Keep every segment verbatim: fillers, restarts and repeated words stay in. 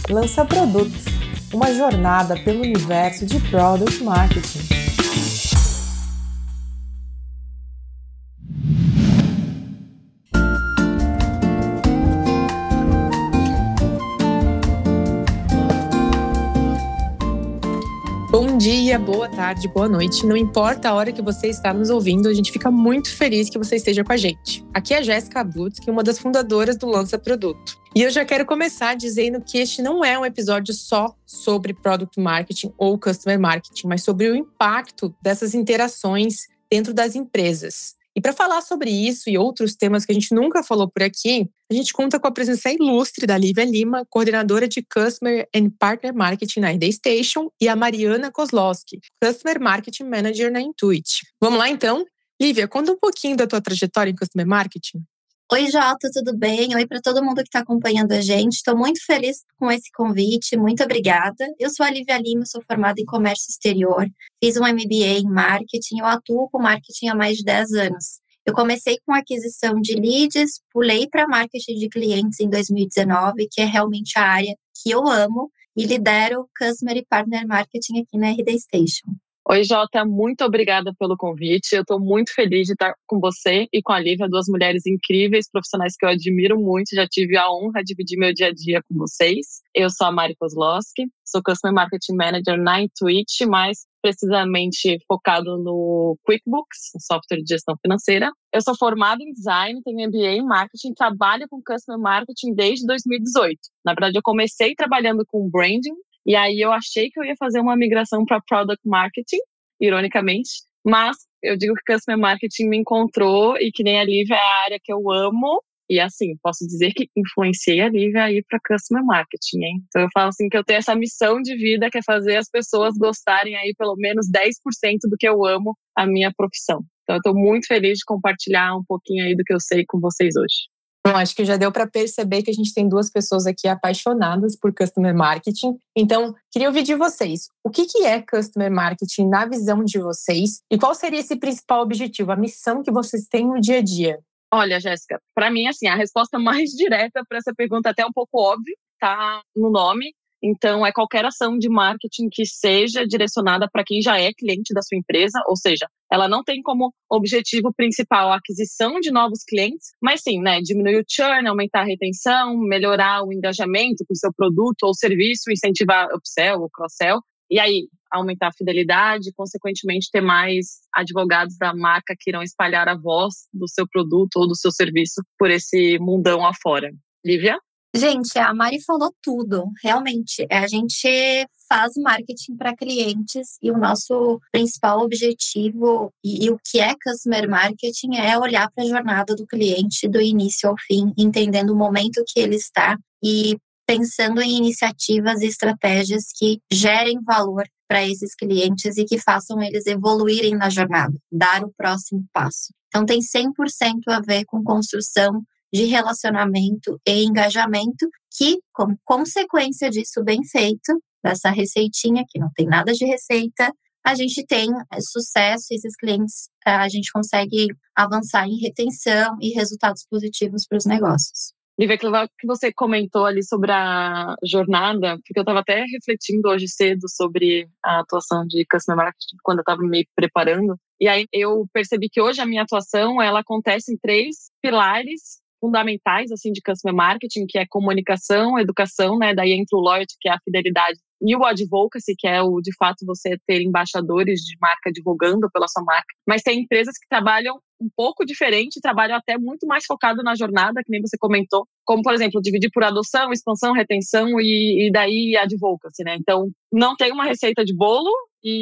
Lança Produto, uma jornada pelo universo de Product Marketing. Bom dia, boa tarde, boa noite. Não importa a hora que você está nos ouvindo, a gente fica muito feliz que você esteja com a gente. Aqui é a Jéssica Ablutsky, uma das fundadoras do Lança Produto. E eu já quero começar dizendo que este não é um episódio só sobre Product Marketing ou Customer Marketing, mas sobre o impacto dessas interações dentro das empresas. E para falar sobre isso e outros temas que a gente nunca falou por aqui, a gente conta com a presença ilustre da Lívia Lima, coordenadora de Customer and Partner Marketing na Heyday Station, e a Mariana Kozlowski, Customer Marketing Manager na Intuit. Vamos lá então? Lívia, conta um pouquinho da tua trajetória em Customer Marketing. Oi, Jota, tudo bem? Oi para todo mundo que está acompanhando a gente. Estou muito feliz com esse convite, muito obrigada. Eu sou a Lívia Lima, sou formada em Comércio Exterior, fiz um M B A em Marketing, eu atuo com Marketing há mais de dez anos. Eu comecei com aquisição de leads, pulei para Marketing de clientes em dois mil e dezenove, que é realmente a área que eu amo, e lidero Customer e Partner Marketing aqui na Heyday Station. Oi, Jota, muito obrigada pelo convite. Eu estou muito feliz de estar com você e com a Lívia, duas mulheres incríveis, profissionais que eu admiro muito. Já tive a honra de dividir meu dia a dia com vocês. Eu sou a Mari Kozlowski, sou Customer Marketing Manager na Intuit, mais precisamente focado no QuickBooks, um software de gestão financeira. Eu sou formada em Design, tenho M B A em Marketing, trabalho com Customer Marketing desde dois mil e dezoito. Na verdade, eu comecei trabalhando com Branding, e aí eu achei que eu ia fazer uma migração para Product Marketing, ironicamente, mas eu digo que Customer Marketing me encontrou e que nem a Lívia é a área que eu amo, e assim, posso dizer que influenciei a Lívia a ir para Customer Marketing, hein? Então eu falo assim que eu tenho essa missão de vida que é fazer as pessoas gostarem aí pelo menos dez por cento do que eu amo a minha profissão. Então eu estou muito feliz de compartilhar um pouquinho aí do que eu sei com vocês hoje. Bom, acho que já deu para perceber que a gente tem duas pessoas aqui apaixonadas por Customer Marketing. Então, queria ouvir de vocês. O que é Customer Marketing na visão de vocês? E qual seria esse principal objetivo, a missão que vocês têm no dia a dia? Olha, Jéssica, para mim, assim, a resposta mais direta para essa pergunta, até um pouco óbvia, tá no nome. Então, é qualquer ação de marketing que seja direcionada para quem já é cliente da sua empresa, ou seja, ela não tem como objetivo principal a aquisição de novos clientes, mas sim, né, diminuir o churn, aumentar a retenção, melhorar o engajamento com o seu produto ou serviço, incentivar upsell ou cross-sell, e aí aumentar a fidelidade, consequentemente ter mais advogados da marca que irão espalhar a voz do seu produto ou do seu serviço por esse mundão afora. Lívia? Gente, a Mari falou tudo. Realmente, a gente faz marketing para clientes e o nosso principal objetivo e, e o que é Customer Marketing é olhar para a jornada do cliente do início ao fim, entendendo o momento que ele está e pensando em iniciativas e estratégias que gerem valor para esses clientes e que façam eles evoluírem na jornada, dar o próximo passo. Então, tem cem por cento a ver com construção de relacionamento e engajamento, que, como consequência disso bem feito, dessa receitinha, que não tem nada de receita, a gente tem sucesso e esses clientes, a gente consegue avançar em retenção e resultados positivos para os negócios. Lívia, que legal que você comentou ali sobre a jornada, porque eu estava até refletindo hoje cedo sobre a atuação de Customer Marketing, quando eu estava me preparando, e aí eu percebi que hoje a minha atuação, ela acontece em três pilares fundamentais assim de Customer Marketing, que é comunicação, educação, né? Daí entra o loyalty, que é a fidelidade, e o advocacy, que é o de fato você ter embaixadores de marca divulgando pela sua marca. Mas tem empresas que trabalham um pouco diferente, trabalham até muito mais focado na jornada, que nem você comentou, como por exemplo, dividir por adoção, expansão, retenção e, e daí advocacy, né? Então, não tem uma receita de bolo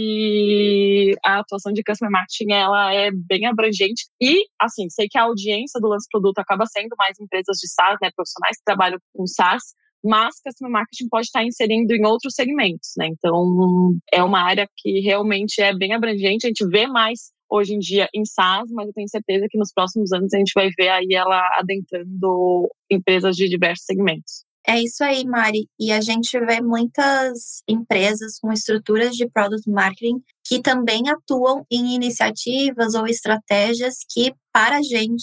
e a atuação de Customer Marketing, ela é bem abrangente e, assim, sei que a audiência do Lance Produto acaba sendo mais empresas de SaaS, né, profissionais que trabalham com SaaS, mas Customer Marketing pode estar inserindo em outros segmentos, né? Então, é uma área que realmente é bem abrangente, a gente vê mais hoje em dia em SaaS, mas eu tenho certeza que nos próximos anos a gente vai ver aí ela adentrando empresas de diversos segmentos. É isso aí, Mari. E a gente vê muitas empresas com estruturas de Product Marketing que também atuam em iniciativas ou estratégias que, para a gente,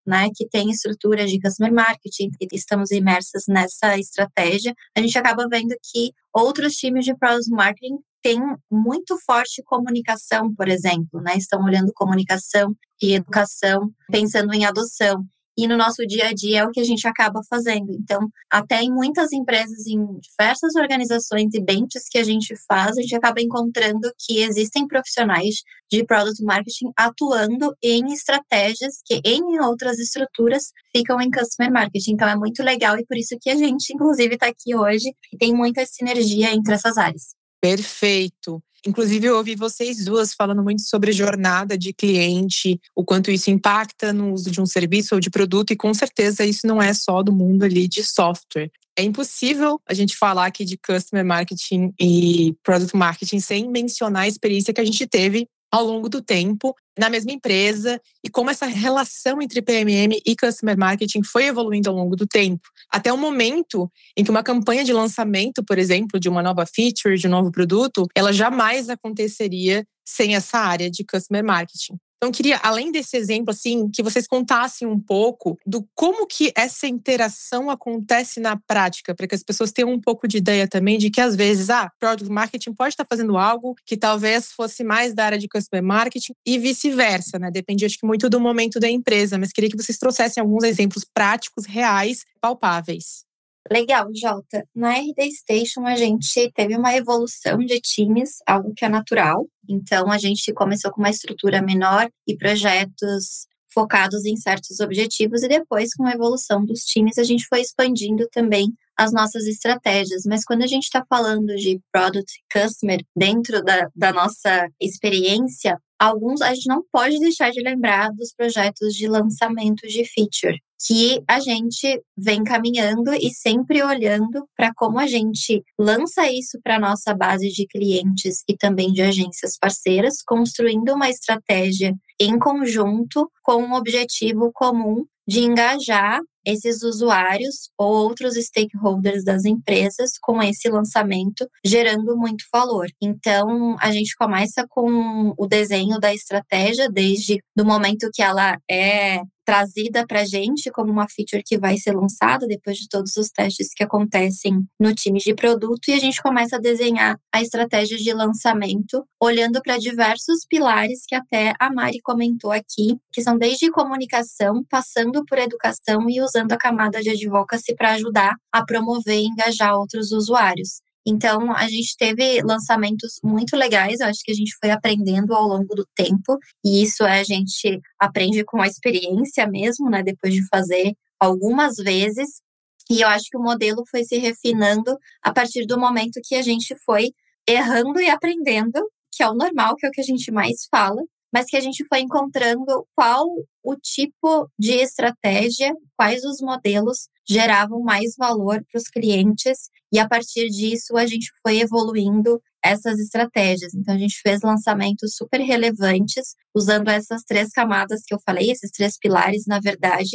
né, que tem estrutura de customer marketing, que estamos imersas nessa estratégia, a gente acaba vendo que outros times de product marketing têm muito forte comunicação, por exemplo, né, estão olhando comunicação e educação, pensando em adoção. E no nosso dia a dia é o que a gente acaba fazendo. Então, até em muitas empresas, em diversas organizações e benches que a gente faz, a gente acaba encontrando que existem profissionais de Product Marketing atuando em estratégias que em outras estruturas ficam em Customer Marketing. Então, é muito legal e por isso que a gente, inclusive, está aqui hoje e tem muita sinergia entre essas áreas. Perfeito. Inclusive, eu ouvi vocês duas falando muito sobre jornada de cliente, o quanto isso impacta no uso de um serviço ou de produto, e com certeza isso não é só do mundo ali de software. É impossível a gente falar aqui de Customer Marketing e Product Marketing sem mencionar a experiência que a gente teve ao longo do tempo na mesma empresa e como essa relação entre P M M e Customer Marketing foi evoluindo ao longo do tempo. Até o momento em que uma campanha de lançamento, por exemplo, de uma nova feature, de um novo produto, ela jamais aconteceria sem essa área de Customer Marketing. Então, eu queria, além desse exemplo, assim, que vocês contassem um pouco do como que essa interação acontece na prática, para que as pessoas tenham um pouco de ideia também de que, às vezes, ah, Product Marketing pode estar fazendo algo que talvez fosse mais da área de Customer Marketing e vice-versa, né? Depende, acho que, muito do momento da empresa, mas queria que vocês trouxessem alguns exemplos práticos, reais, palpáveis. Legal, Jota. Na R D Station, a gente teve uma evolução de times, algo que é natural. Então, a gente começou com uma estrutura menor e projetos focados em certos objetivos, e depois, com a evolução dos times, a gente foi expandindo também as nossas estratégias. Mas quando a gente está falando de Product Customer dentro da, da nossa experiência, alguns a gente não pode deixar de lembrar dos projetos de lançamento de feature, que a gente vem caminhando e sempre olhando para como a gente lança isso para a nossa base de clientes e também de agências parceiras, construindo uma estratégia em conjunto com um objetivo comum de engajar esses usuários ou outros stakeholders das empresas com esse lançamento, gerando muito valor. Então, a gente começa com o desenho da estratégia, desde o momento que ela é trazida para a gente como uma feature que vai ser lançada depois de todos os testes que acontecem no time de produto, e a gente começa a desenhar a estratégia de lançamento, olhando para diversos pilares que até a Mari comentou aqui, que são desde comunicação, passando por educação e usando a camada de advocacy para ajudar a promover e engajar outros usuários. Então, a gente teve lançamentos muito legais, eu acho que a gente foi aprendendo ao longo do tempo, e isso a gente aprende com a experiência mesmo, né, depois de fazer algumas vezes, e eu acho que o modelo foi se refinando a partir do momento que a gente foi errando e aprendendo, que é o normal, que é o que a gente mais fala, mas que a gente foi encontrando qual o tipo de estratégia, quais os modelos geravam mais valor para os clientes, e a partir disso a gente foi evoluindo essas estratégias. Então a gente fez lançamentos super relevantes, usando essas três camadas que eu falei, esses três pilares, na verdade,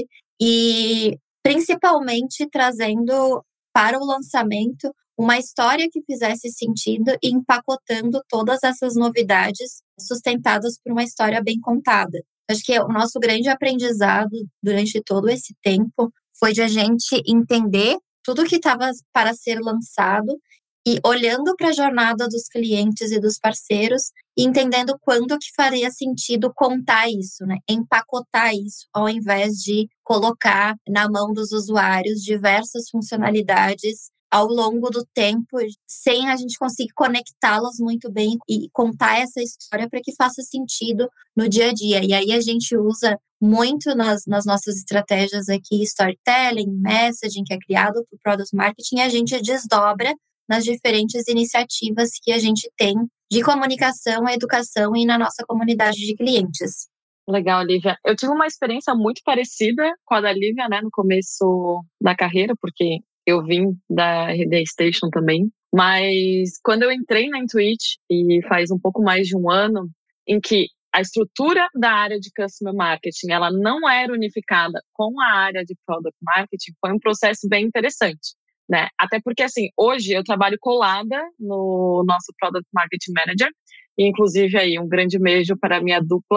e principalmente trazendo para o lançamento uma história que fizesse sentido e empacotando todas essas novidades sustentadas por uma história bem contada. Acho que o nosso grande aprendizado durante todo esse tempo foi de a gente entender tudo que estava para ser lançado e olhando para a jornada dos clientes e dos parceiros e entendendo quando que faria sentido contar isso, né? Empacotar isso, ao invés de colocar na mão dos usuários diversas funcionalidades ao longo do tempo, sem a gente conseguir conectá-las muito bem e contar essa história para que faça sentido no dia a dia. E aí a gente usa muito nas, nas nossas estratégias aqui, storytelling, messaging, que é criado por Product Marketing, e a gente desdobra nas diferentes iniciativas que a gente tem de comunicação, educação e na nossa comunidade de clientes. Legal, Lívia. Eu tive uma experiência muito parecida com a da Lívia, né, no começo da carreira, porque eu vim da R D Station também, mas quando eu entrei na Intuit, e faz um pouco mais de um ano, em que a estrutura da área de Customer Marketing, ela não era unificada com a área de Product Marketing, foi um processo bem interessante, né? Até porque, assim, hoje eu trabalho colada no nosso Product Marketing Manager, e inclusive aí um grande beijo para a minha dupla,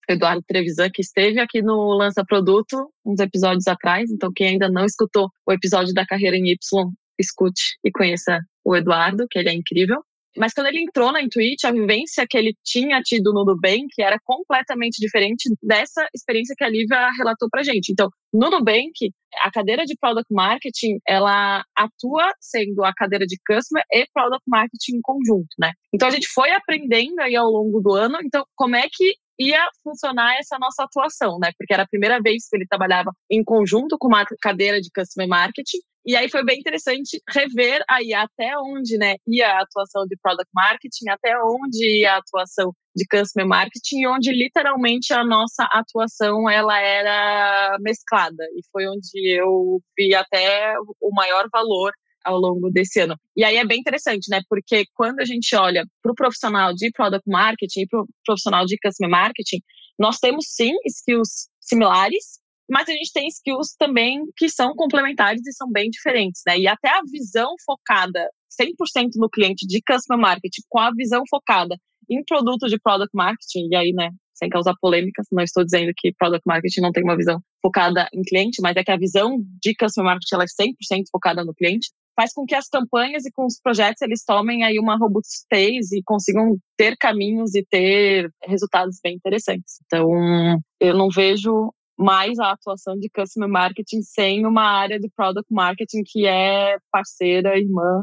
Eduardo Trevisan, que esteve aqui no Lança Produto uns episódios atrás. Então, quem ainda não escutou o episódio da Carreira em Y, escute e conheça o Eduardo, que ele é incrível. Mas quando ele entrou na Intuit, a vivência que ele tinha tido no Nubank era completamente diferente dessa experiência que a Lívia relatou pra gente. Então, no Nubank, a cadeira de Product Marketing, ela atua sendo a cadeira de Customer e Product Marketing em conjunto, né? Então, a gente foi aprendendo aí ao longo do ano, então, como é que ia funcionar essa nossa atuação, né? Porque era a primeira vez que ele trabalhava em conjunto com uma cadeira de Customer Marketing. E aí foi bem interessante rever aí até onde, né, ia a atuação de Product Marketing, até onde ia a atuação de Customer Marketing, e onde literalmente a nossa atuação ela era mesclada. E foi onde eu vi até o maior valor ao longo desse ano. E aí é bem interessante, né? Porque quando a gente olha para o profissional de Product Marketing e para o profissional de Customer Marketing, nós temos sim skills similares, mas a gente tem skills também que são complementares e são bem diferentes, né? E até a visão focada cem por cento no cliente de Customer Marketing com a visão focada em produto de Product Marketing, e aí, né, sem causar polêmicas, não estou dizendo que Product Marketing não tem uma visão focada em cliente, mas é que a visão de Customer Marketing ela é cem por cento focada no cliente, faz com que as campanhas e com os projetos eles tomem aí uma robustez e consigam ter caminhos e ter resultados bem interessantes. Então, eu não vejo mais a atuação de Customer Marketing sem uma área de Product Marketing que é parceira, irmã,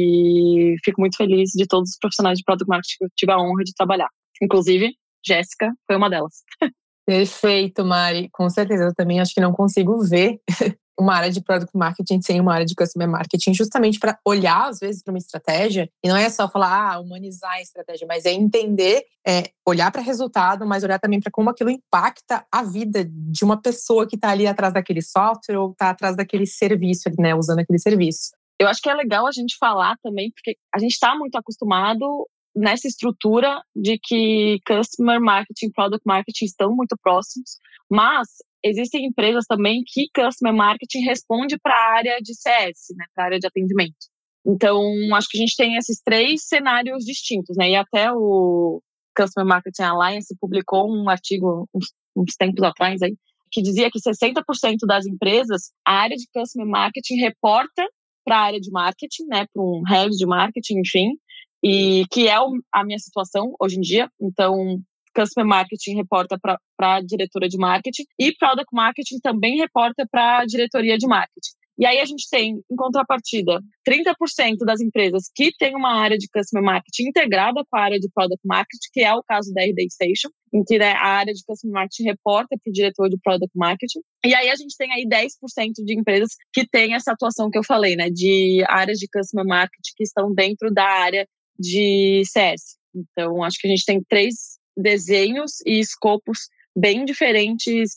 e fico muito feliz de todos os profissionais de Product Marketing que eu tive a honra de trabalhar. Inclusive, Jéssica foi uma delas. Perfeito, Mari. Com certeza, eu também acho que não consigo ver uma área de Product Marketing sem uma área de Customer Marketing, justamente para olhar, às vezes, para uma estratégia, e não é só falar, ah, humanizar a estratégia, mas é entender, é, olhar para resultado, mas olhar também para como aquilo impacta a vida de uma pessoa que está ali atrás daquele software ou está atrás daquele serviço, né, usando aquele serviço. Eu acho que é legal a gente falar também, porque a gente está muito acostumado nessa estrutura de que Customer Marketing e Product Marketing estão muito próximos, mas existem empresas também que Customer Marketing responde para a área de C S, né, para a área de atendimento. Então, acho que a gente tem esses três cenários distintos, né, e até o Customer Marketing Alliance publicou um artigo uns, uns tempos atrás aí, que dizia que sessenta por cento das empresas, a área de Customer Marketing reporta para a área de marketing, né, para um head de marketing, enfim, e que é a minha situação hoje em dia. Então, Customer Marketing reporta para a diretora de marketing e Product Marketing também reporta para a diretoria de marketing. E aí a gente tem, em contrapartida, trinta por cento das empresas que têm uma área de Customer Marketing integrada com a área de Product Marketing, que é o caso da R D Station, em que, né, a área de Customer Marketing reporta para o diretor de Product Marketing. E aí a gente tem aí dez por cento de empresas que têm essa atuação que eu falei, né, de áreas de Customer Marketing que estão dentro da área de C S. Então, acho que a gente tem três desenhos e escopos bem diferentes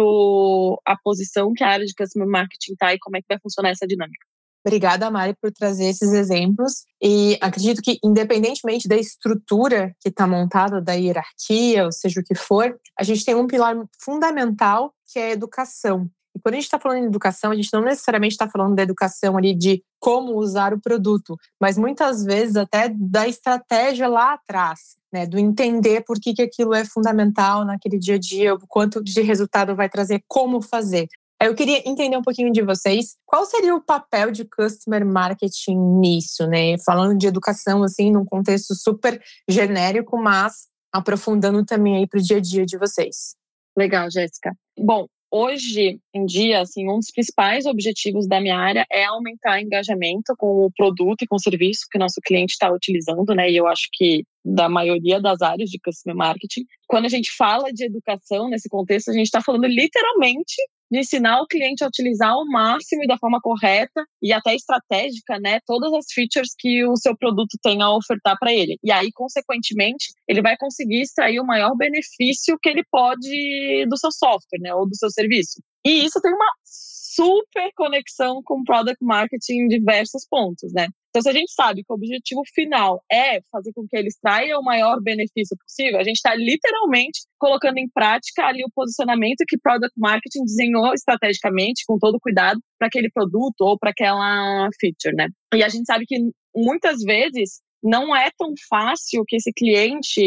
quando a posição que a área de Customer Marketing está e como é que vai funcionar essa dinâmica. Obrigada, Mari, por trazer esses exemplos. E acredito que, independentemente da estrutura que está montada, da hierarquia, ou seja o que for, a gente tem um pilar fundamental que é a educação. E quando a gente está falando de educação, a gente não necessariamente está falando da educação ali de como usar o produto, mas muitas vezes até da estratégia lá atrás, né? Do entender por que, que aquilo é fundamental naquele dia a dia, o quanto de resultado vai trazer, como fazer. Eu queria entender um pouquinho de vocês, qual seria o papel de Customer Marketing nisso, né? Falando de educação, assim, num contexto super genérico, mas aprofundando também aí para o dia a dia de vocês. Legal, Jéssica. Bom, hoje em dia, assim, um dos principais objetivos da minha área é aumentar engajamento com o produto e com o serviço que o nosso cliente está utilizando, né? E eu acho que da maioria das áreas de Customer Marketing. Quando a gente fala de educação nesse contexto, a gente está falando literalmente de ensinar o cliente a utilizar ao máximo e da forma correta e até estratégica, né, todas as features que o seu produto tem a ofertar para ele. E aí, consequentemente, ele vai conseguir extrair o maior benefício que ele pode do seu software, né, ou do seu serviço. E isso tem uma super conexão com Product Marketing em diversos pontos, né? Então, se a gente sabe que o objetivo final é fazer com que ele extraia o maior benefício possível, a gente está literalmente colocando em prática ali o posicionamento que Product Marketing desenhou estrategicamente, com todo cuidado, para aquele produto ou para aquela feature, né? E a gente sabe que muitas vezes não é tão fácil que esse cliente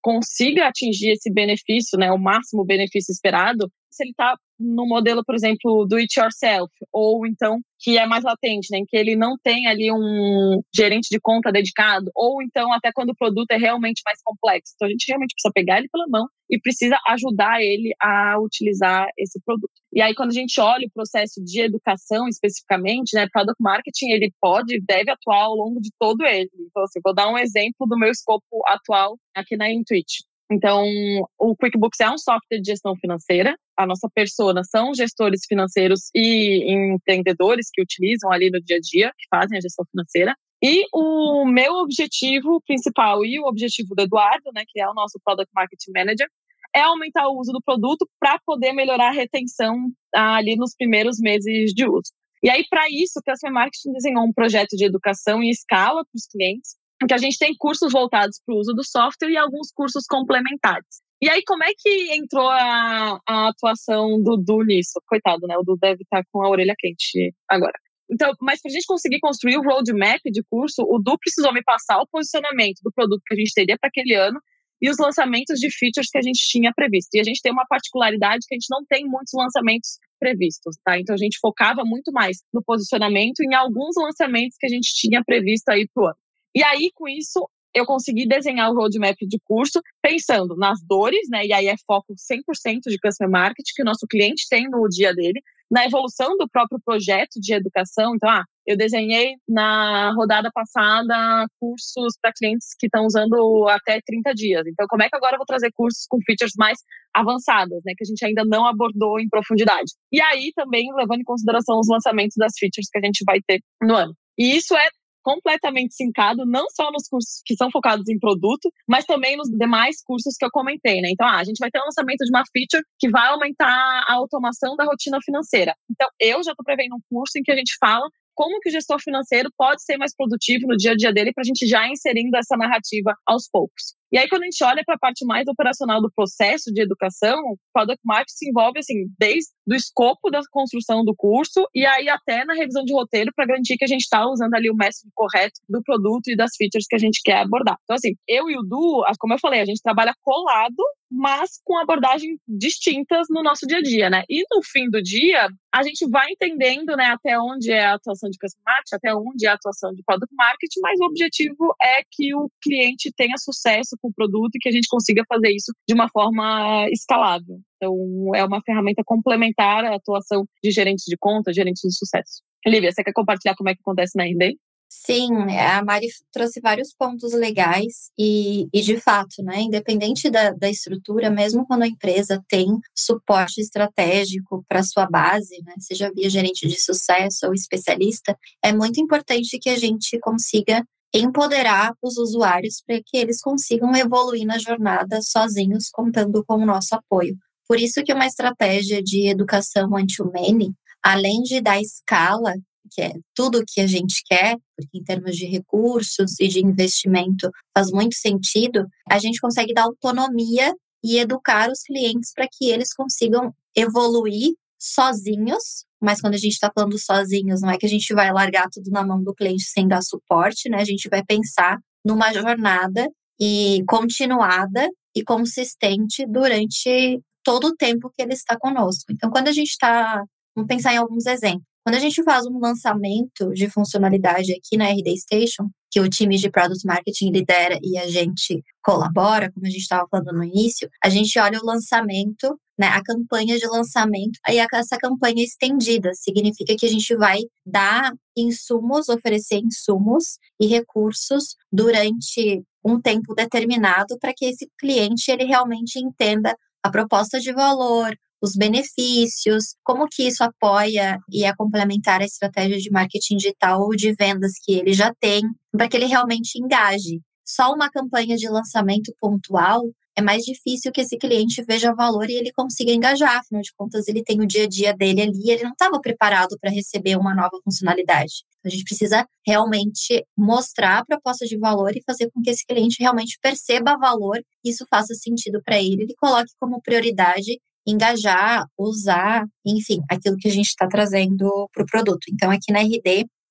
consiga atingir esse benefício, né, o máximo benefício esperado, se ele está no modelo, por exemplo, do it yourself, ou então que é mais latente, né, em que ele não tem ali um gerente de conta dedicado, ou então até quando o produto é realmente mais complexo. Então a gente realmente precisa pegar ele pela mão e precisa ajudar ele a utilizar esse produto. E aí quando a gente olha o processo de educação especificamente, né, Product Marketing, ele pode e deve atuar ao longo de todo ele. Então assim, vou dar um exemplo do meu escopo atual aqui na Intuit. Então, o QuickBooks é um software de gestão financeira. A nossa persona são gestores financeiros e empreendedores que utilizam ali no dia a dia, que fazem a gestão financeira. E o meu objetivo principal e o objetivo do Eduardo, né, que é o nosso Product Marketing Manager, é aumentar o uso do produto para poder melhorar a retenção ah, ali nos primeiros meses de uso. E aí, para isso, o Customer Marketing desenhou um projeto de educação em escala para os clientes, em que a gente tem cursos voltados para o uso do software e alguns cursos complementares. E aí, como é que entrou a, a atuação do Du nisso? Coitado, né? O Du deve estar com a orelha quente agora. Então, mas para a gente conseguir construir o roadmap de curso, o Du precisou me passar o posicionamento do produto que a gente teria para aquele ano e os lançamentos de features que a gente tinha previsto. E a gente tem uma particularidade que a gente não tem muitos lançamentos previstos, tá? Então, a gente focava muito mais no posicionamento e em alguns lançamentos que a gente tinha previsto aí para o ano. E aí, com isso, eu consegui desenhar o roadmap de curso pensando nas dores, né? E aí é foco cem por cento de Customer Marketing que o nosso cliente tem no dia dele, na evolução do próprio projeto de educação. Então, ah, eu desenhei na rodada passada cursos para clientes que estão usando até trinta dias. Então, como é que agora eu vou trazer cursos com features mais avançadas, né? Que a gente ainda não abordou em profundidade. E aí, também, levando em consideração os lançamentos das features que a gente vai ter no ano. E isso é completamente sincado, não só nos cursos que são focados em produto, mas também nos demais cursos que eu comentei, né? Então, ah, a gente vai ter o lançamento de uma feature que vai aumentar a automação da rotina financeira. Então, eu já estou prevendo um curso em que a gente fala como que o gestor financeiro pode ser mais produtivo no dia a dia dele para a gente já inserindo essa narrativa aos poucos. E aí, quando a gente olha para a parte mais operacional do processo de educação, o Product Marketing se envolve, assim, desde o escopo da construção do curso e aí até na revisão de roteiro para garantir que a gente está usando ali o método correto do produto e das features que a gente quer abordar. Então, assim, eu e o Du, como eu falei, a gente trabalha colado, mas com abordagens distintas no nosso dia a dia, né? E no fim do dia, a gente vai entendendo, né, até onde é a atuação de Customer Marketing, até onde é a atuação de Product Marketing, mas o objetivo é que o cliente tenha sucesso com o produto e que a gente consiga fazer isso de uma forma escalável. Então, é uma ferramenta complementar à atuação de gerentes de conta, gerentes de sucesso. Lívia, você quer compartilhar como é que acontece na R D? Sim, a Mari trouxe vários pontos legais e, e de fato, né, independente da, da estrutura, mesmo quando a empresa tem suporte estratégico para sua base, né, seja via gerente de sucesso ou especialista, é muito importante que a gente consiga empoderar os usuários para que eles consigam evoluir na jornada sozinhos, contando com o nosso apoio. Por isso que uma estratégia de educação one-to-many, além de dar escala, que é tudo o que a gente quer, porque em termos de recursos e de investimento faz muito sentido, a gente consegue dar autonomia e educar os clientes para que eles consigam evoluir sozinhos. Mas quando a gente está falando sozinhos, não é que a gente vai largar tudo na mão do cliente sem dar suporte, né? A gente vai pensar numa jornada e continuada e consistente durante todo o tempo que ele está conosco. Então, quando a gente está... Vamos pensar em alguns exemplos. Quando a gente faz um lançamento de funcionalidade aqui na R D Station, que o time de Product Marketing lidera e a gente colabora, como a gente estava falando no início, a gente olha o lançamento, né, a campanha de lançamento, aí essa campanha estendida significa que a gente vai dar insumos, oferecer insumos e recursos durante um tempo determinado para que esse cliente ele realmente entenda a proposta de valor, os benefícios, como que isso apoia e é complementar a estratégia de marketing digital ou de vendas que ele já tem, para que ele realmente engaje. Só uma campanha de lançamento pontual é mais difícil que esse cliente veja valor e ele consiga engajar. Afinal de contas, ele tem o dia a dia dele ali e ele não estava preparado para receber uma nova funcionalidade. A gente precisa realmente mostrar a proposta de valor e fazer com que esse cliente realmente perceba valor e isso faça sentido para ele. Ele coloque como prioridade engajar, usar, enfim, aquilo que a gente está trazendo para o produto. Então, aqui na R D,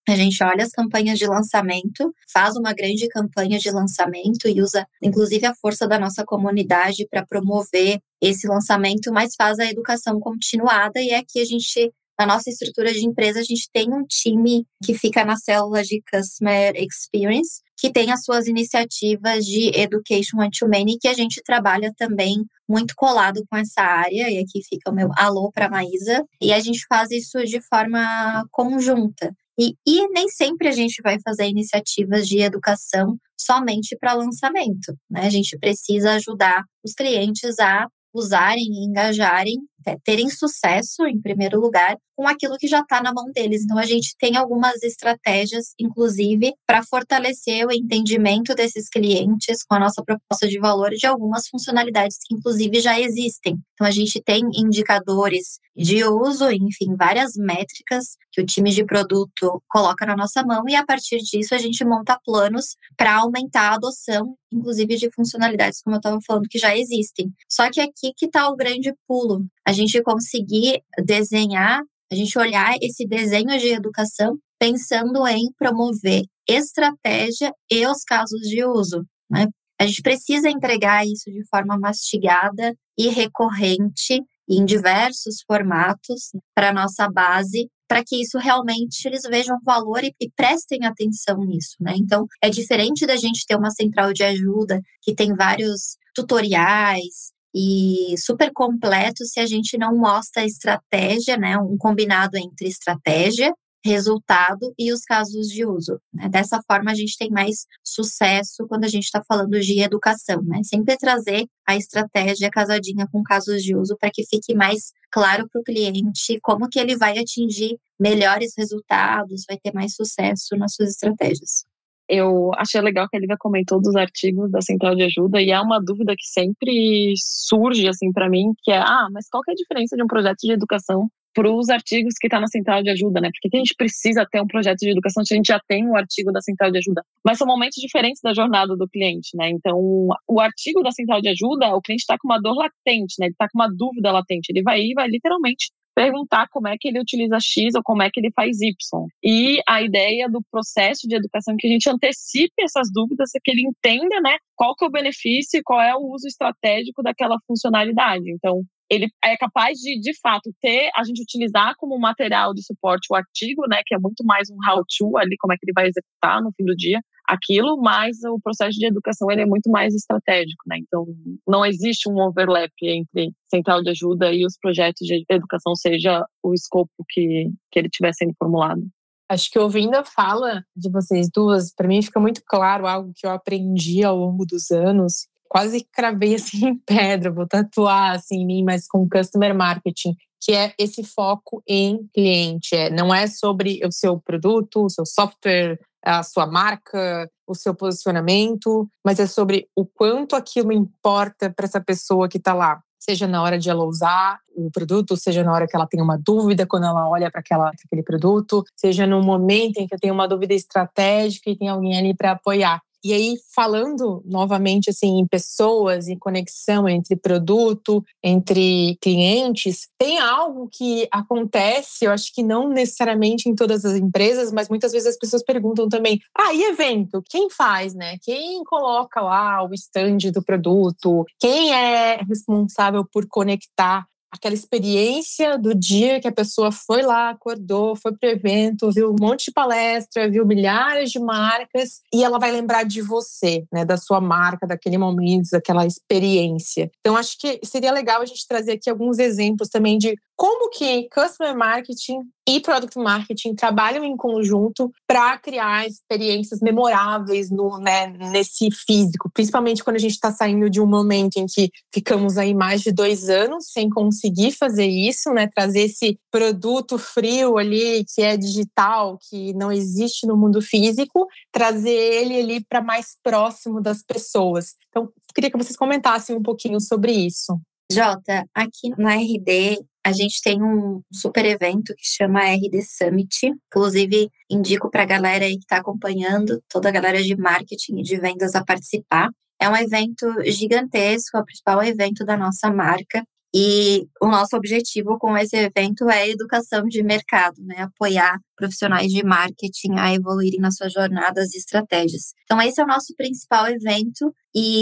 A gente olha as campanhas de lançamento, faz uma grande campanha de lançamento e usa, inclusive, a força da nossa comunidade para promover esse lançamento, mas faz a educação continuada. E aqui a gente, na nossa estrutura de empresa, a gente tem um time que fica na célula de Customer Experience, que tem as suas iniciativas de Education One-to-Many, que a gente trabalha também muito colado com essa área. E aqui fica o meu alô para a Maísa. E a gente faz isso de forma conjunta. E, e nem sempre a gente vai fazer iniciativas de educação somente para lançamento, né? A gente precisa ajudar os clientes a usarem e engajarem, terem sucesso, em primeiro lugar, com aquilo que já está na mão deles. Então, a gente tem algumas estratégias, inclusive, para fortalecer o entendimento desses clientes com a nossa proposta de valor de algumas funcionalidades que, inclusive, já existem. Então, a gente tem indicadores de uso, enfim, várias métricas que o time de produto coloca na nossa mão e, a partir disso, a gente monta planos para aumentar a adoção, inclusive de funcionalidades, como eu estava falando, que já existem. Só que aqui que está o grande pulo. A gente conseguir desenhar, a gente olhar esse desenho de educação pensando em promover estratégia e os casos de uso, né? A gente precisa entregar isso de forma mastigada e recorrente em diversos formatos para a nossa base, para que isso realmente eles vejam valor e, e prestem atenção nisso, né? Então, é diferente da gente ter uma central de ajuda que tem vários tutoriais e super completo se a gente não mostra a estratégia, né? Um combinado entre estratégia, resultado e os casos de uso, né? Dessa forma, a gente tem mais sucesso quando a gente está falando de educação, né? Sempre trazer a estratégia casadinha com casos de uso para que fique mais claro para o cliente como que ele vai atingir melhores resultados, vai ter mais sucesso nas suas estratégias. Eu achei legal que a Lívia comentou dos artigos da Central de Ajuda, e é uma dúvida que sempre surge assim para mim, que é, ah, mas qual que é a diferença de um projeto de educação para os artigos que está na Central de Ajuda, né? Porque a gente precisa ter um projeto de educação se a gente já tem um artigo da Central de Ajuda. Mas são momentos diferentes da jornada do cliente, né? Então, o artigo da Central de Ajuda, o cliente está com uma dor latente, né? Ele está com uma dúvida latente. Ele vai ir, vai literalmente perguntar como é que ele utiliza X ou como é que ele faz Y. E a ideia do processo de educação é que a gente antecipe essas dúvidas, é que ele entenda, né, qual que é o benefício e qual é o uso estratégico daquela funcionalidade. Então, ele é capaz de, de fato, ter, a gente utilizar como material de suporte o artigo, né, que é muito mais um how-to ali, como é que ele vai executar no fim do dia aquilo, mas o processo de educação ele é muito mais estratégico, né? Então, não existe um overlap entre central de ajuda e os projetos de educação, seja o escopo que, que ele estiver sendo formulado. Acho que ouvindo a fala de vocês duas, para mim fica muito claro algo que eu aprendi ao longo dos anos, quase cravei assim em pedra, vou tatuar assim em mim, mas com customer marketing, que é esse foco em cliente. É, não é sobre o seu produto, o seu software, a sua marca, o seu posicionamento, mas é sobre o quanto aquilo importa para essa pessoa que está lá. Seja na hora de ela usar o produto, seja na hora que ela tem uma dúvida quando ela olha para aquele produto, seja no momento em que eu tenho uma dúvida estratégica e tem alguém ali para apoiar. E aí, falando novamente assim, em pessoas, em conexão entre produto, entre clientes, tem algo que acontece, eu acho que não necessariamente em todas as empresas, mas muitas vezes as pessoas perguntam também, ah, e evento? Quem faz, né? Quem coloca lá o stand do produto? Quem é responsável por conectar aquela experiência do dia que a pessoa foi lá, acordou, foi para o evento, viu um monte de palestra, viu milhares de marcas e ela vai lembrar de você, né, da sua marca, daquele momento, daquela experiência. Então, acho que seria legal a gente trazer aqui alguns exemplos também de como que Customer Marketing e Product Marketing trabalham em conjunto para criar experiências memoráveis no, né, nesse físico, principalmente quando a gente está saindo de um momento em que ficamos aí mais de dois anos sem conseguir fazer isso, né, trazer esse produto frio ali, que é digital, que não existe no mundo físico, trazer ele ali para mais próximo das pessoas. Então, queria que vocês comentassem um pouquinho sobre isso. Jota, aqui na R D, a gente tem um super evento que chama R D Summit. Inclusive, indico para a galera aí que está acompanhando, toda a galera de marketing e de vendas a participar. É um evento gigantesco, é o principal evento da nossa marca. E o nosso objetivo com esse evento é a educação de mercado, né? Apoiar profissionais de marketing a evoluírem nas suas jornadas e estratégias. Então, esse é o nosso principal evento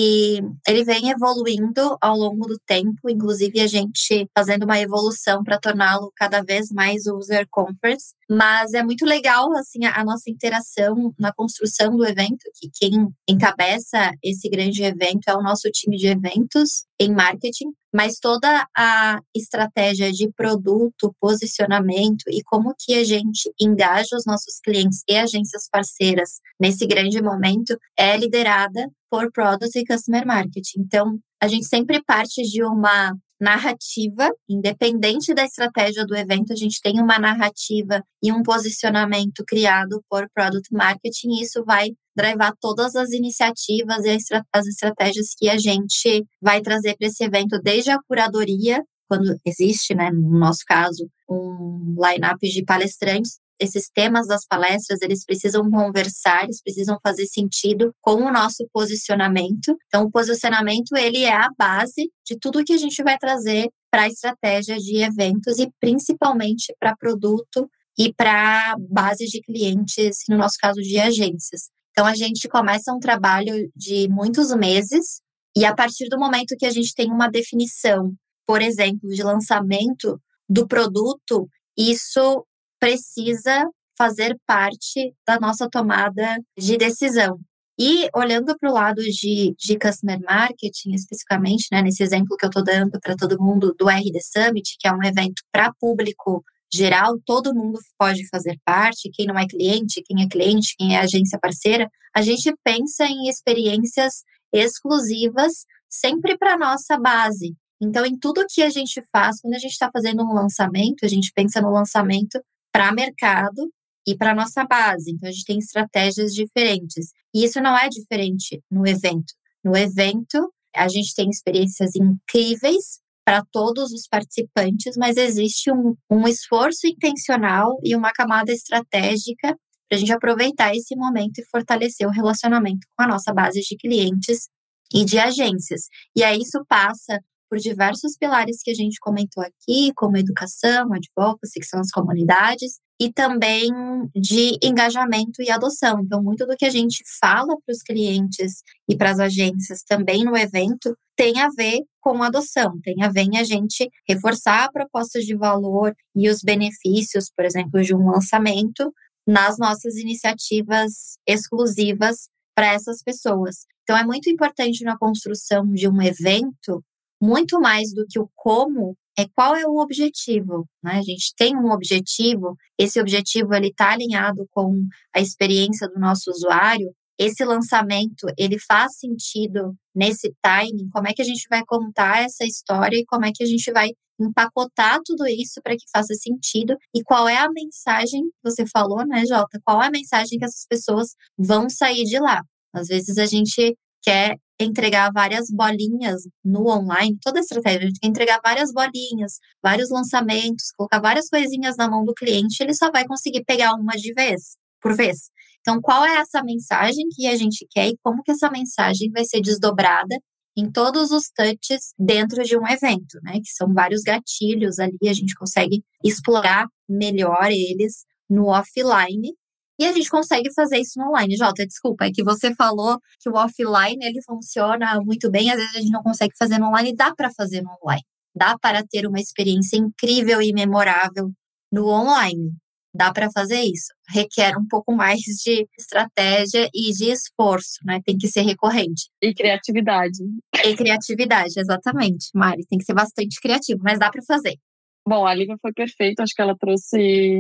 e ele vem evoluindo ao longo do tempo, inclusive a gente fazendo uma evolução para torná-lo cada vez mais user conference. Mas é muito legal, assim, a, a nossa interação na construção do evento, que quem encabeça esse grande evento é o nosso time de eventos em marketing, mas toda a estratégia de produto, posicionamento e como que a gente engaja os nossos clientes e agências parceiras nesse grande momento é liderada por Product e Customer Marketing. Então, a gente sempre parte de uma narrativa, independente da estratégia do evento, a gente tem uma narrativa e um posicionamento criado por Product Marketing e isso vai drivar todas as iniciativas e as estratégias que a gente vai trazer para esse evento, desde a curadoria, quando existe, né, no nosso caso, um line-up de palestrantes. Esses temas das palestras, eles precisam conversar, eles precisam fazer sentido com o nosso posicionamento. Então, o posicionamento, ele é a base de tudo que a gente vai trazer para a estratégia de eventos e principalmente para produto e para base de clientes, no nosso caso, de agências. Então, a gente começa um trabalho de muitos meses e a partir do momento que a gente tem uma definição, por exemplo, de lançamento do produto, isso precisa fazer parte da nossa tomada de decisão. E olhando para o lado de, de Customer Marketing, especificamente, né, nesse exemplo que eu estou dando para todo mundo do R D Summit, que é um evento para público geral, todo mundo pode fazer parte, quem não é cliente, quem é cliente, quem é agência parceira, a gente pensa em experiências exclusivas sempre para a nossa base. Então, em tudo que a gente faz, quando a gente está fazendo um lançamento, a gente pensa no lançamento para mercado e para nossa base. Então, a gente tem estratégias diferentes. E isso não é diferente no evento. No evento, a gente tem experiências incríveis para todos os participantes, mas existe um, um esforço intencional e uma camada estratégica para a gente aproveitar esse momento e fortalecer o relacionamento com a nossa base de clientes e de agências. E aí isso passa por diversos pilares que a gente comentou aqui, como educação, advocacy, que são as comunidades, e também de engajamento e adoção. Então, muito do que a gente fala para os clientes e para as agências também no evento tem a ver com adoção, tem a ver em a gente reforçar a proposta de valor e os benefícios, por exemplo, de um lançamento nas nossas iniciativas exclusivas para essas pessoas. Então, é muito importante na construção de um evento, muito mais do que o como, é qual é o objetivo, né? A gente tem um objetivo, esse objetivo ele está alinhado com a experiência do nosso usuário, esse lançamento, ele faz sentido nesse timing, como é que a gente vai contar essa história e como é que a gente vai empacotar tudo isso para que faça sentido e qual é a mensagem que você falou, né, Jota? Qual é a mensagem que essas pessoas vão sair de lá? Às vezes a gente quer entregar várias bolinhas no online, toda a estratégia, a gente quer entregar várias bolinhas, vários lançamentos, colocar várias coisinhas na mão do cliente, ele só vai conseguir pegar uma de vez, por vez. Então, qual é essa mensagem que a gente quer e como que essa mensagem vai ser desdobrada em todos os touches dentro de um evento, né? Que são vários gatilhos ali, a gente consegue explorar melhor eles no offline. E a gente consegue fazer isso no online. Jota, desculpa, é que você falou que o offline ele funciona muito bem, às vezes a gente não consegue fazer no online, dá para fazer no online. Dá para ter uma experiência incrível e memorável no online. Dá para fazer isso. Requer um pouco mais de estratégia e de esforço, né? Tem que ser recorrente. E criatividade. E criatividade, exatamente, Mari. Tem que ser bastante criativo, mas dá para fazer. Bom, a Lívia foi perfeita, acho que ela trouxe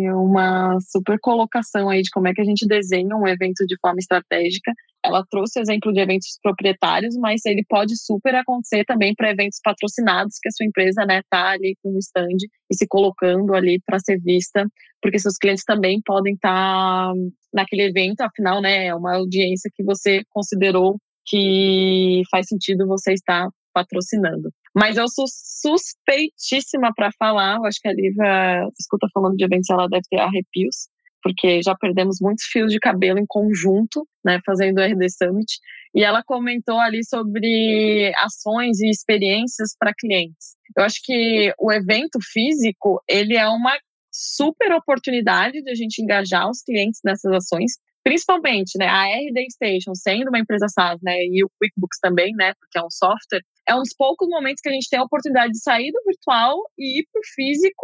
uma super colocação aí de como é que a gente desenha um evento de forma estratégica. Ela trouxe exemplo de eventos proprietários, mas ele pode super acontecer também para eventos patrocinados, que a sua empresa, né, tá ali com o stand e se colocando ali para ser vista, porque seus clientes também podem estar naquele evento, afinal, né, é uma audiência que você considerou que faz sentido você estar patrocinando. Mas eu sou suspeitíssima para falar, eu acho que a Lívia escuta falando de eventos, ela deve ter arrepios. porque já perdemos muitos fios de cabelo em conjunto, né, fazendo o R D Summit, e ela comentou ali sobre ações e experiências para clientes. Eu acho que o evento físico, ele é uma super oportunidade de a gente engajar os clientes nessas ações, principalmente, né, a R D Station, sendo uma empresa SaaS, né, e o QuickBooks também, né, porque é um software, é um dos poucos momentos que a gente tem a oportunidade de sair do virtual e ir para o físico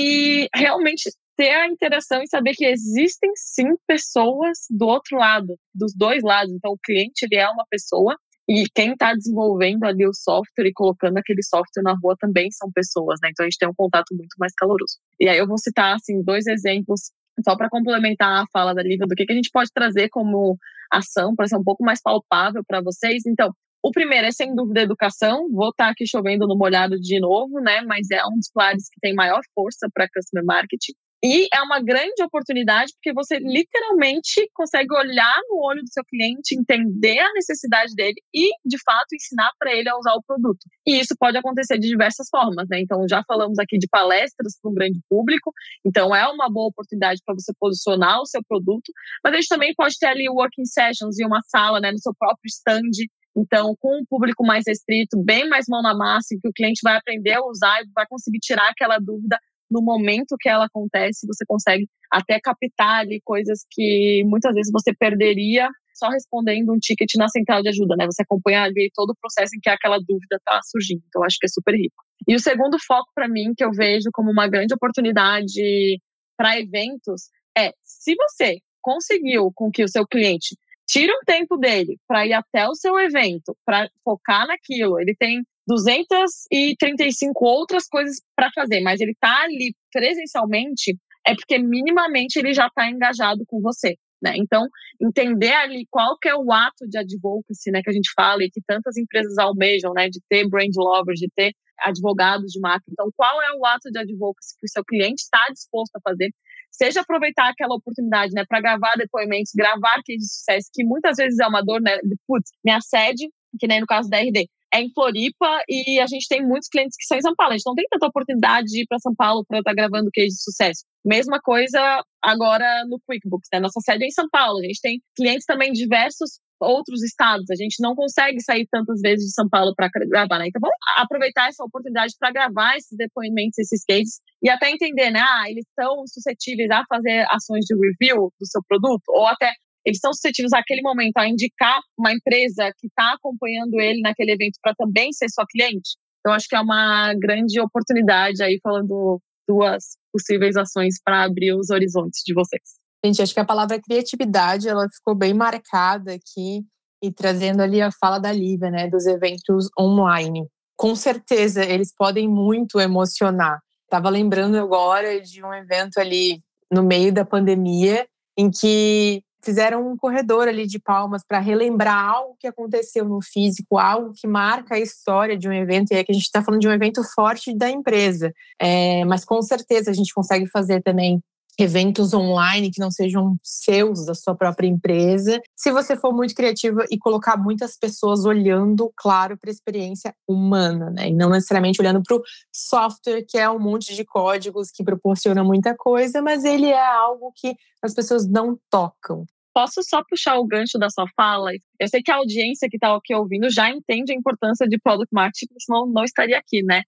e realmente ter a interação e saber que existem sim pessoas do outro lado, dos dois lados. Então o cliente, ele é uma pessoa e quem está desenvolvendo ali o software e colocando aquele software na rua também são pessoas, né? Então a gente tem um contato muito mais caloroso. E aí eu vou citar assim dois exemplos só para complementar a fala da Lívia do que, que a gente pode trazer como ação para ser um pouco mais palpável para vocês. Então, o primeiro é, sem dúvida, a educação. Vou estar aqui chovendo no molhado de novo, né? Mas é um dos pilares que tem maior força para customer marketing. E é uma grande oportunidade porque você literalmente consegue olhar no olho do seu cliente, entender a necessidade dele e, de fato, ensinar para ele a usar o produto. E isso pode acontecer de diversas formas, né? Então, já falamos aqui de palestras para um grande público. Então, é uma boa oportunidade para você posicionar o seu produto. Mas a gente também pode ter ali working sessions em uma sala, né? No seu próprio stand. Então, com um público mais restrito, bem mais mão na massa, em que o cliente vai aprender a usar e vai conseguir tirar aquela dúvida no momento que ela acontece, você consegue até captar ali coisas que muitas vezes você perderia só respondendo um ticket na central de ajuda, né? Você acompanha ali todo o processo em que aquela dúvida está surgindo. Então, eu acho que é super rico. E o segundo foco para mim, que eu vejo como uma grande oportunidade para eventos, é se você conseguiu com que o seu cliente tire um tempo dele para ir até o seu evento, para focar naquilo, ele tem duzentas e trinta e cinco outras coisas para fazer, mas ele está ali presencialmente, é porque minimamente ele já está engajado com você, né? Então, entender ali qual que é o ato de advocacy, né, que a gente fala e que tantas empresas almejam, né, de ter brand lovers, de ter advogados de marca. Então, qual é o ato de advocacy que o seu cliente está disposto a fazer? Seja aproveitar aquela oportunidade, né, para gravar depoimentos, gravar cases de sucesso, que muitas vezes é uma dor, né, de putz, minha sede, que nem no caso da R D, é em Floripa e a gente tem muitos clientes que são em São Paulo. A gente não tem tanta oportunidade de ir para São Paulo para estar gravando case de sucesso. Mesma coisa agora no QuickBooks, né? Nossa sede é em São Paulo. A gente tem clientes também de diversos outros estados. A gente não consegue sair tantas vezes de São Paulo para gravar, né? Então vamos aproveitar essa oportunidade para gravar esses depoimentos, esses cases e até entender, né? Ah, eles estão suscetíveis a fazer ações de review do seu produto ou até eles estão suscetíveis naquele momento a indicar uma empresa que está acompanhando ele naquele evento para também ser sua cliente. Então, acho que é uma grande oportunidade aí, falando duas possíveis ações para abrir os horizontes de vocês. Gente, acho que a palavra criatividade, ela ficou bem marcada aqui e trazendo ali a fala da Lívia, né, dos eventos online. Com certeza, eles podem muito emocionar. Estava lembrando agora de um evento ali no meio da pandemia em que fizeram um corredor ali de palmas para relembrar algo que aconteceu no físico, algo que marca a história de um evento. E é que a gente está falando de um evento forte da empresa. É, mas com certeza a gente consegue fazer também eventos online que não sejam seus, da sua própria empresa. Se você for muito criativa e colocar muitas pessoas olhando, claro, para a experiência humana, né? E não necessariamente olhando para o software, que é um monte de códigos que proporciona muita coisa, mas ele é algo que as pessoas não tocam. Posso só puxar o gancho da sua fala? Eu sei que a audiência que está aqui ouvindo já entende a importância de Product Marketing, senão não estaria aqui, né?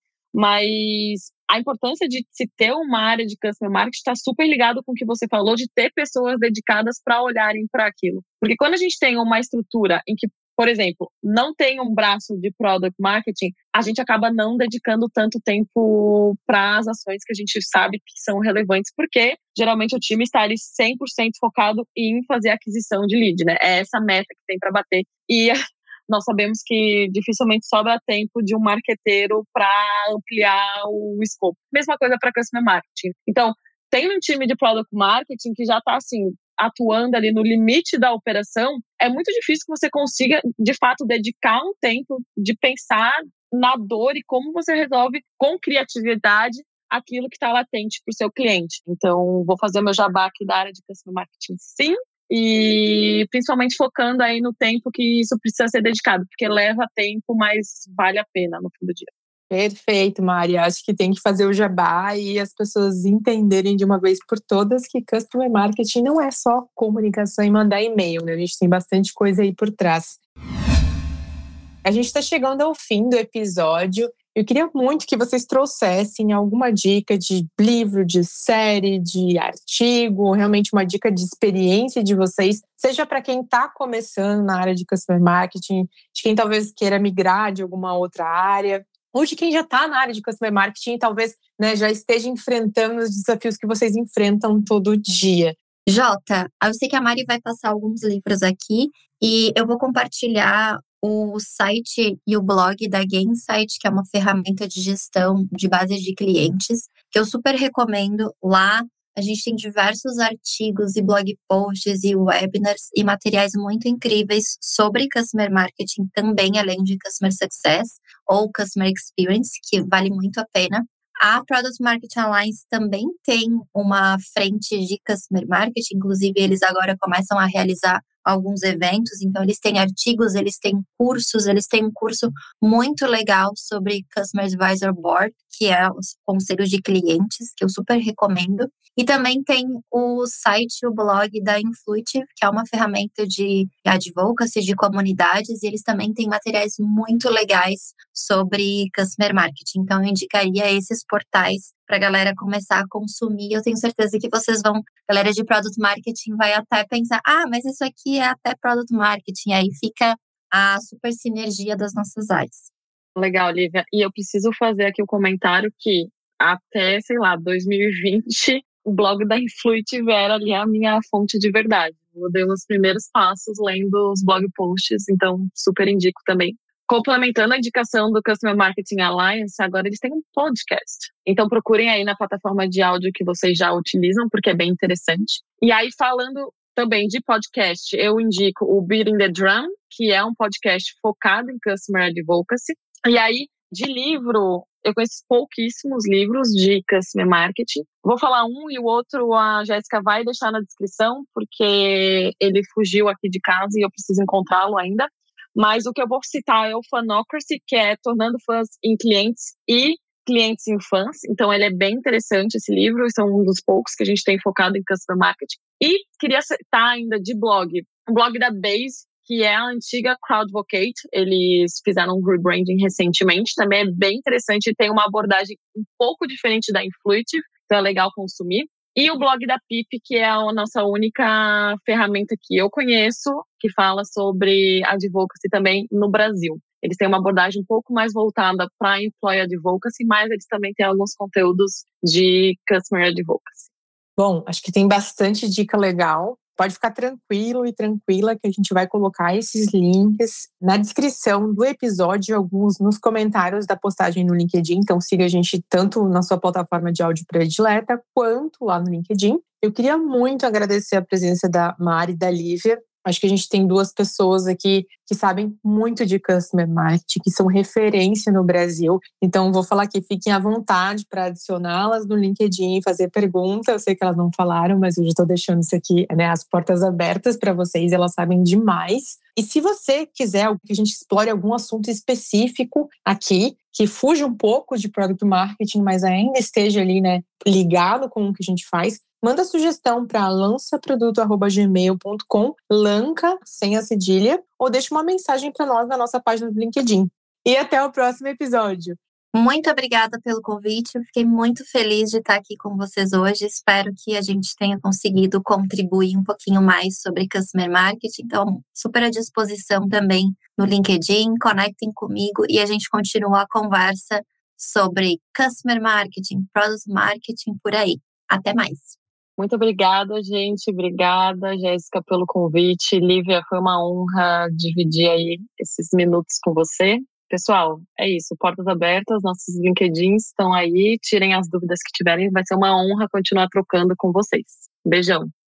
Mas a importância de se ter uma área de Customer Marketing está super ligado com o que você falou, de ter pessoas dedicadas para olharem para aquilo. Porque quando a gente tem uma estrutura em que, por exemplo, não tem um braço de Product Marketing, a gente acaba não dedicando tanto tempo para as ações que a gente sabe que são relevantes, porque geralmente o time está ali cem por cento focado em fazer aquisição de lead, né? É essa meta que tem para bater. E nós sabemos que dificilmente sobra tempo de um marqueteiro para ampliar o escopo. Mesma coisa para Customer Marketing. Então, tem um time de Product Marketing que já está assim, atuando ali no limite da operação, é muito difícil que você consiga, de fato, dedicar um tempo de pensar na dor e como você resolve com criatividade aquilo que está latente para o seu cliente. Então, vou fazer o meu jabá aqui da área de Customer Marketing, sim, e principalmente focando aí no tempo que isso precisa ser dedicado, porque leva tempo, mas vale a pena no fim do dia. Perfeito, Mari. Acho que tem que fazer o jabá e as pessoas entenderem de uma vez por todas que Customer Marketing não é só comunicação e mandar e-mail, né? A gente tem bastante coisa aí por trás. A gente está chegando ao fim do episódio. Eu queria muito que vocês trouxessem alguma dica de livro, de série, de artigo, realmente uma dica de experiência de vocês, seja para quem está começando na área de Customer Marketing, de quem talvez queira migrar de alguma outra área, ou de quem já está na área de Customer Marketing e talvez, né, já esteja enfrentando os desafios que vocês enfrentam todo dia. Jota, eu sei que a Mari vai passar alguns livros aqui e eu vou compartilhar o site e o blog da Gainsight, que é uma ferramenta de gestão de base de clientes, que eu super recomendo. Lá a gente tem diversos artigos e blog posts e webinars e materiais muito incríveis sobre Customer Marketing também, além de Customer Success ou Customer Experience, que vale muito a pena. A Product Marketing Alliance também tem uma frente de Customer Marketing, inclusive eles agora começam a realizar alguns eventos, então eles têm artigos, eles têm cursos, eles têm um curso muito legal sobre Customer Advisor Board, que é os conselhos de clientes, que eu super recomendo. E também tem o site e o blog da Influitive, que é uma ferramenta de advocacy, de comunidades, e eles também têm materiais muito legais sobre Customer Marketing. Então eu indicaria esses portais para a galera começar a consumir. Eu tenho certeza que vocês vão, a galera de Product Marketing vai até pensar, ah, mas isso aqui é até Product Marketing. Aí fica a super sinergia das nossas áreas. Legal, Lívia. E eu preciso fazer aqui o um comentário que até, sei lá, dois mil e vinte, o blog da Influitive era ali a minha fonte de verdade. Eu dei os primeiros passos lendo os blog posts, então super indico também. Complementando a indicação do Customer Marketing Alliance, agora eles têm um podcast. Então procurem aí na plataforma de áudio que vocês já utilizam, porque é bem interessante. E aí, falando também de podcast, eu indico o Beating the Drum, que é um podcast focado em Customer Advocacy. E aí, de livro, eu conheço pouquíssimos livros de Customer Marketing. Vou falar um e o outro a Jéssica vai deixar na descrição, porque ele fugiu aqui de casa e eu preciso encontrá-lo ainda. Mas o que eu vou citar é o Fanocracy, que é Tornando Fãs em Clientes e Clientes em Fãs. Então, ele é bem interessante, esse livro. São um dos poucos que a gente tem focado em Customer Marketing. E queria citar ainda de blog, o blog da Base, que é a antiga Crowdvocate. Eles fizeram um rebranding recentemente. Também é bem interessante e tem uma abordagem um pouco diferente da Influitive. Então, é legal consumir. E o blog da P I P, que é a nossa única ferramenta que eu conheço, que fala sobre advocacy também no Brasil. Eles têm uma abordagem um pouco mais voltada para Employee Advocacy, mas eles também têm alguns conteúdos de Customer Advocacy. Bom, acho que tem bastante dica legal. Pode ficar tranquilo e tranquila que a gente vai colocar esses links na descrição do episódio, alguns nos comentários da postagem no LinkedIn. Então siga a gente tanto na sua plataforma de áudio predileta quanto lá no LinkedIn. Eu queria muito agradecer a presença da Mari e da Lívia. Acho que a gente tem duas pessoas aqui que sabem muito de Customer Marketing, que são referência no Brasil. Então, vou falar aqui, fiquem à vontade para adicioná-las no LinkedIn, fazer pergunta. Eu sei que elas não falaram, mas eu já estou deixando isso aqui, né, as portas abertas para vocês, elas sabem demais. E se você quiser que a gente explore algum assunto específico aqui, que fuja um pouco de Product Marketing, mas ainda esteja ali, né, ligado com o que a gente faz, manda sugestão para lança produto arroba gmail ponto com, lanca, sem a cedilha, ou deixa uma mensagem para nós na nossa página do LinkedIn. E até o próximo episódio. Muito obrigada pelo convite, eu fiquei muito feliz de estar aqui com vocês hoje. Espero que a gente tenha conseguido contribuir um pouquinho mais sobre Customer Marketing. Então, super à disposição também no LinkedIn, conectem comigo e a gente continua a conversa sobre Customer Marketing, Product Marketing, por aí. Até mais! Muito obrigada, gente. Obrigada, Jéssica, pelo convite. Lívia, foi uma honra dividir aí esses minutos com você. Pessoal, é isso. Portas abertas, nossos LinkedIns estão aí. Tirem as dúvidas que tiverem. Vai ser uma honra continuar trocando com vocês. Beijão.